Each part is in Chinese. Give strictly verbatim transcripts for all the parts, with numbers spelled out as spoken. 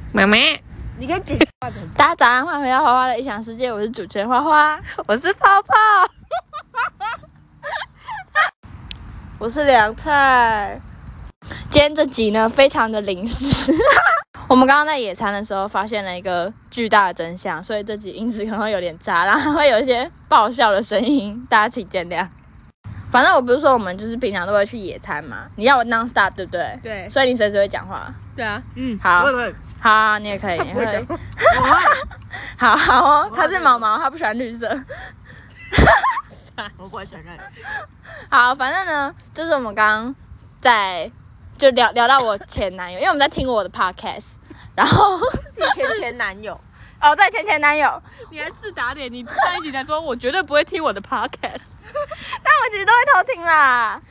妈妈， 你可以解释。 大家早上欢迎回到花花的异想世界，我是主持人花花， 我是泡泡，我是凉菜。 今天这集呢，非常的临时。我们刚刚在野餐的时候发现了一个巨大的真相，所以这集音质可能会有点渣，然后会有一些爆笑的声音，大家请见谅。反正我不是说我们就是平常都会去野餐嘛，你要我 non stop 对不对？ 对， 所以你随时会讲话。 对啊， 嗯， 好， 会会好、啊，你也可以， 他你可以不会讲。 好好哦，他是毛毛，他不喜欢绿色。 我不会讲看。 好，反正呢，就是我们刚刚在就聊聊到我前男友，因为我们在听我的 podcast， 然后是前前男友。 哦，对，前前男友， 你还自打脸，你上一集才说我绝对不会听我的 podcast， 但我其实都会偷听啦。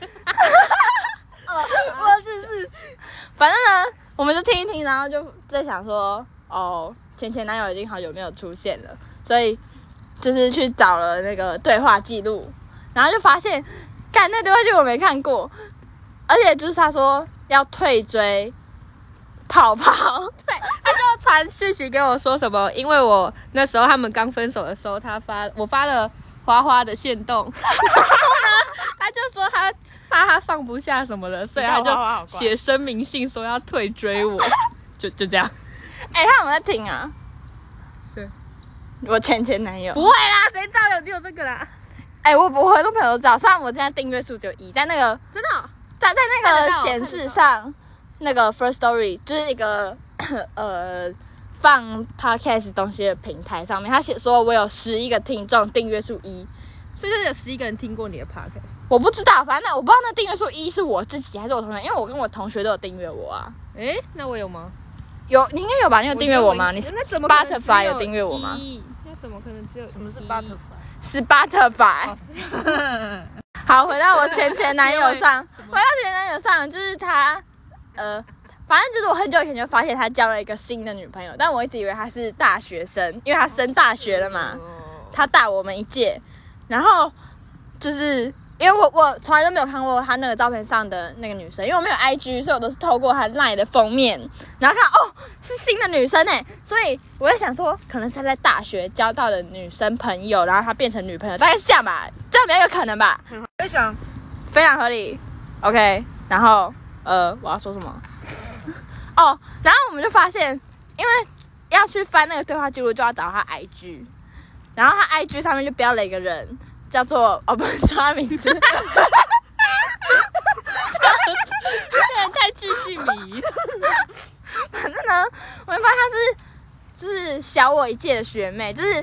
我只是，反正呢，我们就听一听，然后就在想说，哦，前前男友已经好久没有出现了，所以就是去找了那个对话记录，然后就发现，干那对话记录我没看过，而且就是他说要退追泡泡， 对，他就传讯息给我说什么，因为我那时候他们刚分手的时候，他发我发了花花的限动，然后呢，他就说他怕他放不下什么的，所以他就写声明信说要退追我，就就这样。 哎、欸，他有没有在听啊？ 是， 我前前男友不会啦，谁知道有你有这个啦？ 哎、欸，我我很多朋友都知道，虽然我现在订阅数只有一，在那个真的、哦， 在在那个显示上。那个 First Story 就是一个呃放 podcast 东西的平台上面，他写说我有十一个听众，订阅数一， 所以就是有十一个人听过你的 podcast。 我不知道，反正我不知道那订阅数一是我自己还是我同学，因为我跟我同学都有订阅我啊。 哎，那我有吗？ 有，你应该有吧？你有订阅我吗？你那怎么 Spotify 有订阅我吗？ 那怎么可能只有？ 什么是 butterfly？ Spotify。好，回到我前前男友上，回到前前男友上，就是他。呃，反正就是我很久以前就发现他交了一个新的女朋友，但我一直以为他是大学生，因为他升大学了嘛，他大我们一届。然后就是因为我我从来都没有看过他那个照片上的那个女生，因为我没有 I G， 所以我都是透过他 LINE 的封面，然后看哦是新的女生哎，所以我在想说，可能是他在大学交到的女生朋友，然后他变成女朋友，大概是这样吧，这样比较有可能吧？ 非常非常合理。OK， 然后。呃，我要说什么？哦，然后我们就发现，因为要去翻那个对话记录，就要找他 I G， 然后他 I G 上面就标了一个人，叫做哦，不能说他名字，这人太巨细靡。 反正呢，我们发现他是就是小我一届的学妹，就是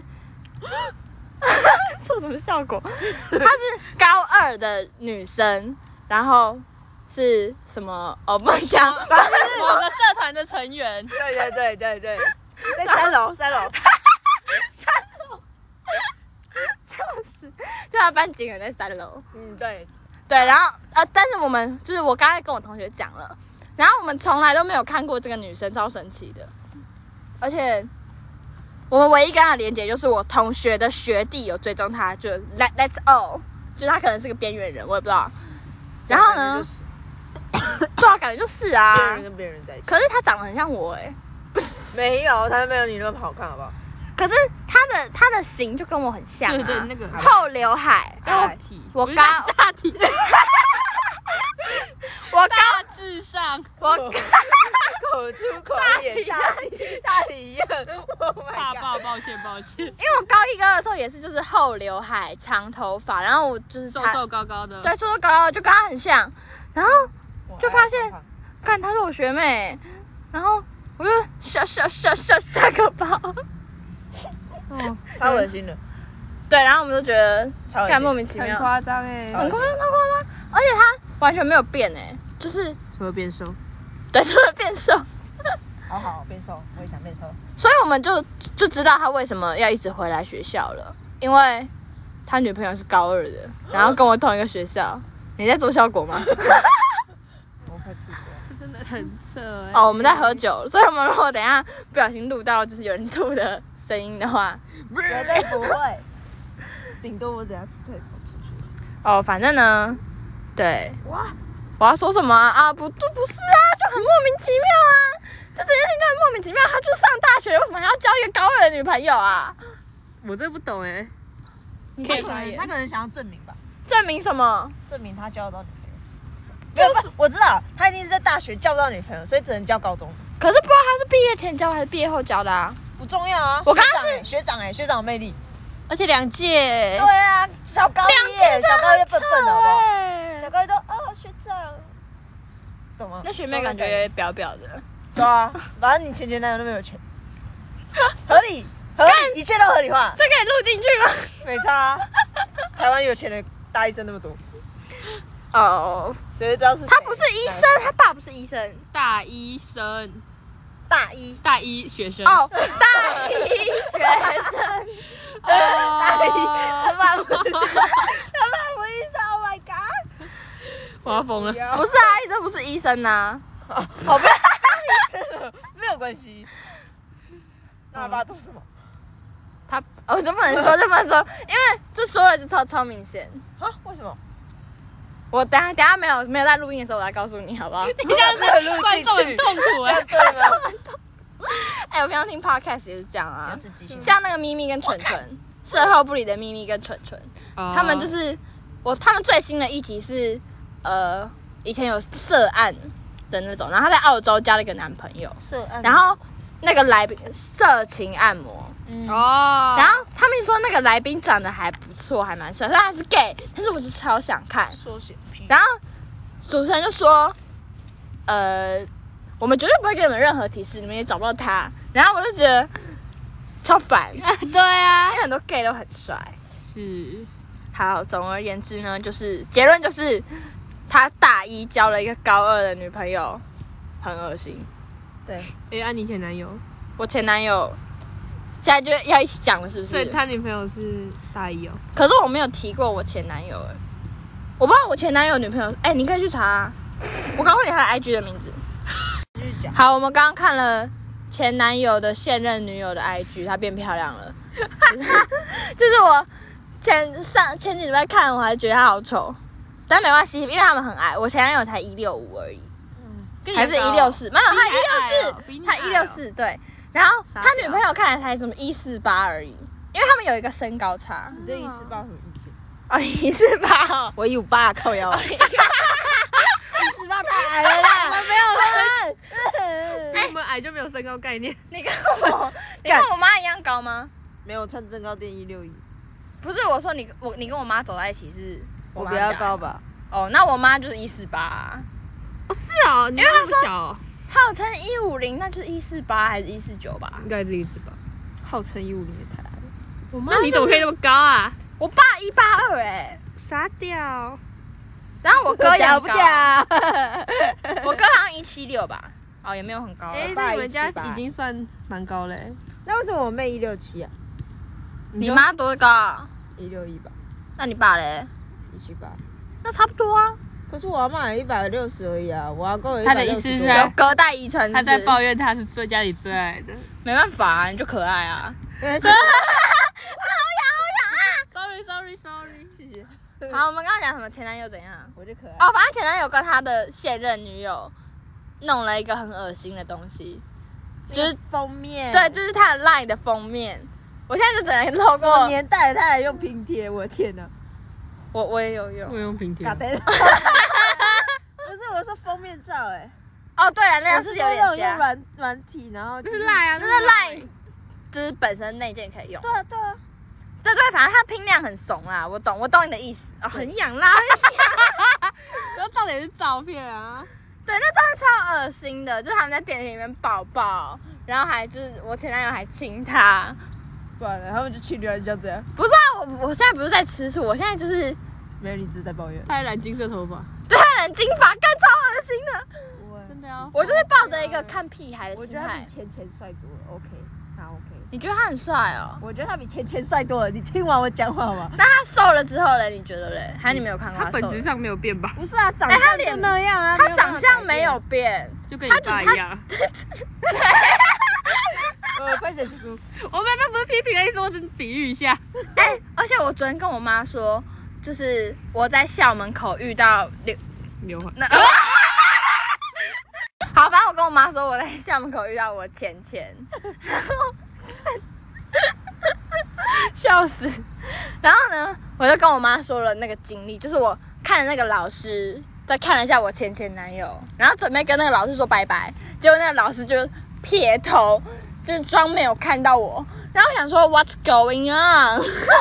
做什么效果？她是高二的女生，然后。是什么？哦，不讲， 某个社团的成员。 对对对对对，在三楼，三楼， 三楼，笑死！就他班几个人在三楼。 嗯，对对，然后呃，但是我们就是我刚才跟我同学讲了，然后我们从来都没有看过这个女生，超神奇的。而且我们唯一跟她的连结就是我同学的学弟有追踪她，就 Let Let's all， 就是他可能是个边缘人，我也不知道。然后呢？对啊，感觉就是啊， 别人跟别人在一起。 可是他长得很像我哎、欸，不是？ 没有，他没有你那么好看，好不好？ 可是他的他的型就跟我很像、啊， 对对，那个后刘海， 大体， 我高大体， 我高大致上， 我口出口也大体大体一样。Oh my god！ 爸爸，抱歉抱歉， 因为我高一高二的时候也是就是后刘海长头发，然后我就是瘦瘦高高的， 对，瘦瘦高高的就跟他很像，然后就发现，看她是我学妹，然后我就吓吓吓吓吓个包， 哦，超恶心的。 对，然后我们就觉得干莫名其妙， 很夸张哎， 很夸张，超夸张，而且他完全没有变哎，就是除了变瘦， 对，除了变瘦。 好好变瘦，我也想变瘦。 所以我们就就知道他为什么要一直回来学校了，因为他女朋友是高二的，然后跟我同一个学校。你在做效果吗？ 我快吐了， 真的很扯哎。 哦，我们在喝酒，所以我们如果等一下不小心录到就是有人吐的声音的话， 绝对不会。顶多我等下吃退跑出去。 哦，反正呢，对，哇，我要说什么啊？啊不，就不是啊，就很莫名其妙啊。 这件事情就很莫名其妙。他就上大学，为什么还要交一个高二的女朋友啊？ 我真不懂哎、欸。 你他可可以发言能他可能想要证明吧， 证明什么？ 证明他交得到女朋友。没有，不我知道他一定是在大学交不到女朋友，所以只能交高中。 可是不知道他是毕业前交还是毕业后交的啊？ 不重要啊。 我刚刚是学长哎、欸，学长有魅力。 而且两届， 对啊，小高一耶，小高一就笨笨的好不好？ 对小高一都哦学长，懂吗？ 那学妹感觉表表的。 对啊，反正你前前男友那么有钱，合理合理，一切都合理化， 这可以录进去吗？ 没差、啊。台湾有钱的大医生那么多， 哦， 谁会知道是谁？ 他不是医生，他爸不是医生。 大一生， 大一， 大一学生。 哦，大一学生。 哦， 大一，他爸不是，他爸不是医生 ，Oh my god！ 我要疯了。 不是啊，这不是医生呐、 啊，好，不要医生了，没有关系。那他爸做什么？ 他我就不能说，就不能说，因为这说了就超超明显。 啊？为什么？ 我等下等下没有没有在录音的时候，我来告诉你好不好？ 你这样子观众很痛苦哎、欸。 对吗？ 哎、我平常听 podcast 也是这样啊， 吃鸡心像那个咪咪跟纯纯，事后不理的咪咪跟纯纯，他们就是我，他们最新的一集是呃以前有涉案的那种，然后他在澳洲交了一个男朋友， 涉案， 然后那个来宾色情按摩， 嗯哦， 然后他们说那个来宾长得还不错，还蛮帅，虽然他是 gay，但是我就超想看。 缩写屁， 然后主持人就说，呃，我们绝对不会给你们任何提示，你们也找不到他。然后我就觉得超烦， 对啊因为，很多 gay 都很帅。 是。 好，总而言之呢，就是结论就是他大一交了一个高二的女朋友，很恶心。 对， 哎、啊，你前男友， 我前男友现在就要一起讲了，是不是？ 所以他女朋友是大一哦。 可是我没有提过我前男友，哎，我不知道我前男友女朋友，哎，你可以去查、啊，我刚问你他的 I G 的名字。 继续讲。 好，我们刚刚看了前男友的现任女友的 I G， 她变漂亮了。就是就是我前上前几礼拜看，我还觉得她好丑，但没关系，因为他们很矮。我前男友才一六五而已，还是一六四，没有，他一六四，他一六四，对。然后他女朋友看来才什么一四八而已，因为他们有一个身高差。 你对一四八有什么意见？ 哦，一四八哦， 我一五八靠腰。一四八太矮了啦，没有哎，我们矮就没有身高概念。 你跟我，你跟我妈一样高吗？ 没有穿增高垫一六一， 不是，我说你我你跟我妈走在一起是， 我比较高吧？ 哦，那我妈就是一四八， 哦，是哦，因为他不小、哦， 号称一五零，那就是一四八还是一四九吧？ 应该是一四吧。 号称一五零也太矮了。 我那你怎么可以那么高啊？ 我爸一八二哎， 傻屌！ 然后我哥也很高屌不屌？ 我哥好像一七六吧，哦也没有很高。 哎、 爸那你们家一七八已经算蛮高嘞。 那为什么我妹一六七啊？ 你妈多高啊？ 一六一吧， 那你爸嘞？ 一七八。 那差不多啊。 可是我阿妈也一百六十而已啊，我阿公也他的意思是有隔代遗传， 他在抱怨他是最家里最矮的。 没办法啊，你就可爱啊。 怨。 Sorry Sorry Sorry， 谢谢。 好，我们刚刚讲什么？前男友怎样？ 我就可爱。 哦，反正前男友跟他的现任女友弄了一个很恶心的东西，就是封面。 对，就是他的 LINE 的封面。我现在就只能透什么过年代了他还用拼贴，我的天哪！ 我，我也有用我。用平贴嘎。呆。不是，我说封面照哎、 哦，对了，那我样是有是说那种用点瞎， 软软体，然后、就是那赖啊， 那是 LINE，就是本身内件可以用。 对啊对啊， 对对，反正他拼量很怂啦，我懂，我懂你的意思。哦，很痒啦。 然后重点是照片啊。 对，那照片超恶心的，就是他们在电梯里面抱抱，然后还就是我前男友还亲他。 不然了，他们就情侣还是这样子啊？ 不是啊，我我现在不是在吃醋，我现在就是没有，你只是在抱怨。 他还染金色头发。 对他染金发，干超恶心的。 真的啊。 我就是抱着一个看屁孩的心我觉得他比态。 钱钱帅多了 ，OK，他 OK。 你觉得他很帅哦？ 我觉得他比钱钱帅多了，你听完我讲话吗？ 那他瘦了之后嘞？你觉得嘞？还是你没有看过他他瘦了？ 本质上没有变吧？ 不是啊，长哎他脸相就那样啊， 他没有办法长相改变没有变， 就跟你爸一样。 呃，快写书。 我们那不是批评的意思，我只是比喻一下。 哎、而且我昨天跟我妈说，就是我在校门口遇到刘刘海。 那。好，反正我跟我妈说我在校门口遇到我钱钱，然后笑死。然后呢，我就跟我妈说了那个经历，就是我看了那个老师，再看了一下我前前男友，然后准备跟那个老师说拜拜，结果那个老师就撇头，就是装没有看到我。然后我想说 What's going on？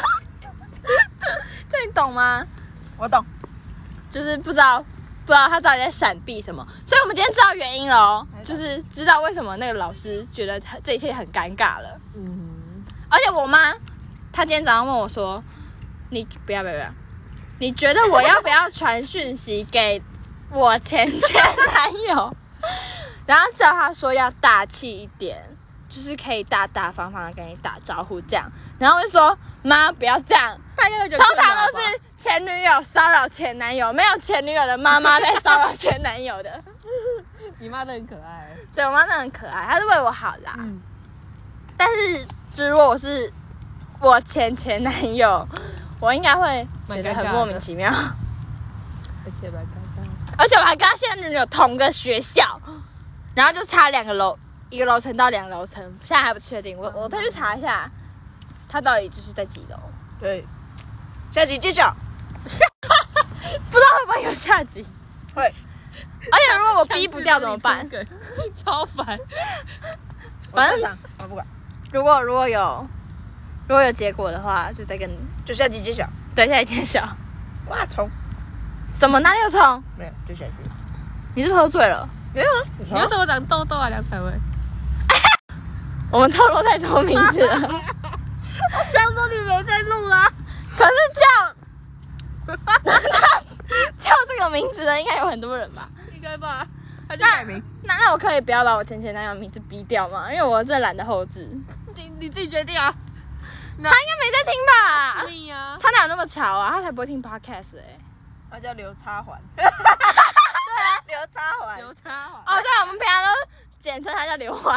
就你懂吗？ 我懂， 就是不知道不知道他到底在闪避什么，所以我们今天知道原因了哦，就是知道为什么那个老师觉得这一切很尴尬了。 嗯， 而且我妈，她今天早上问我说：“你不要不要不要，你觉得我要不要传讯息给我前前男友？”然后叫他说要大气一点，就是可以大大方方的跟你打招呼这样。然后我就说：“妈，不要这样。”通常都是前女友骚扰前男友，没有前女友的妈妈在骚扰前男友的。 你妈真的很可爱。 对，我妈真的很可爱，她是为我好啦。 嗯， 但是，就如果我是我前前男友，我应该会觉得很莫名其妙。 而且蛮尴尬。 而且我还跟他现在女友同个学校，然后就差两个楼，一个楼层到两个楼层，现在还不确定。我我再去查一下，他到底就是在几楼。 对，下集揭晓。 不知道会不会有下集？ 会。 而且如果我逼不掉怎么办？ 超烦。 反正正我不管。 如果如果有如果有结果的话，就再跟就下集揭晓。 对，下集揭晓。 哇，虫什么？哪里有虫？ 没有，就下去。 你是不是喝醉了？ 没有啊， 你为什么长痘痘啊，梁彩薇？ 我们透露太多名字了。 想说你没在录啦。 可是叫叫这个名字的应该有很多人吧？ 应该吧？他就改名。 那那我可以不要把我前前男友名字逼掉吗？因为我真的懒得后置。 你你自己决定啊。 他应该没在听吧？ 对呀。 他哪有那么潮啊？他才不会听 podcast 哎、欸。 他叫刘插环。对啊，刘插环。 刘插环。 哦，对，我们平常都简称他叫刘环。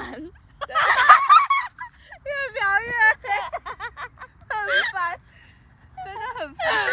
越描越黑，很烦，真的很烦。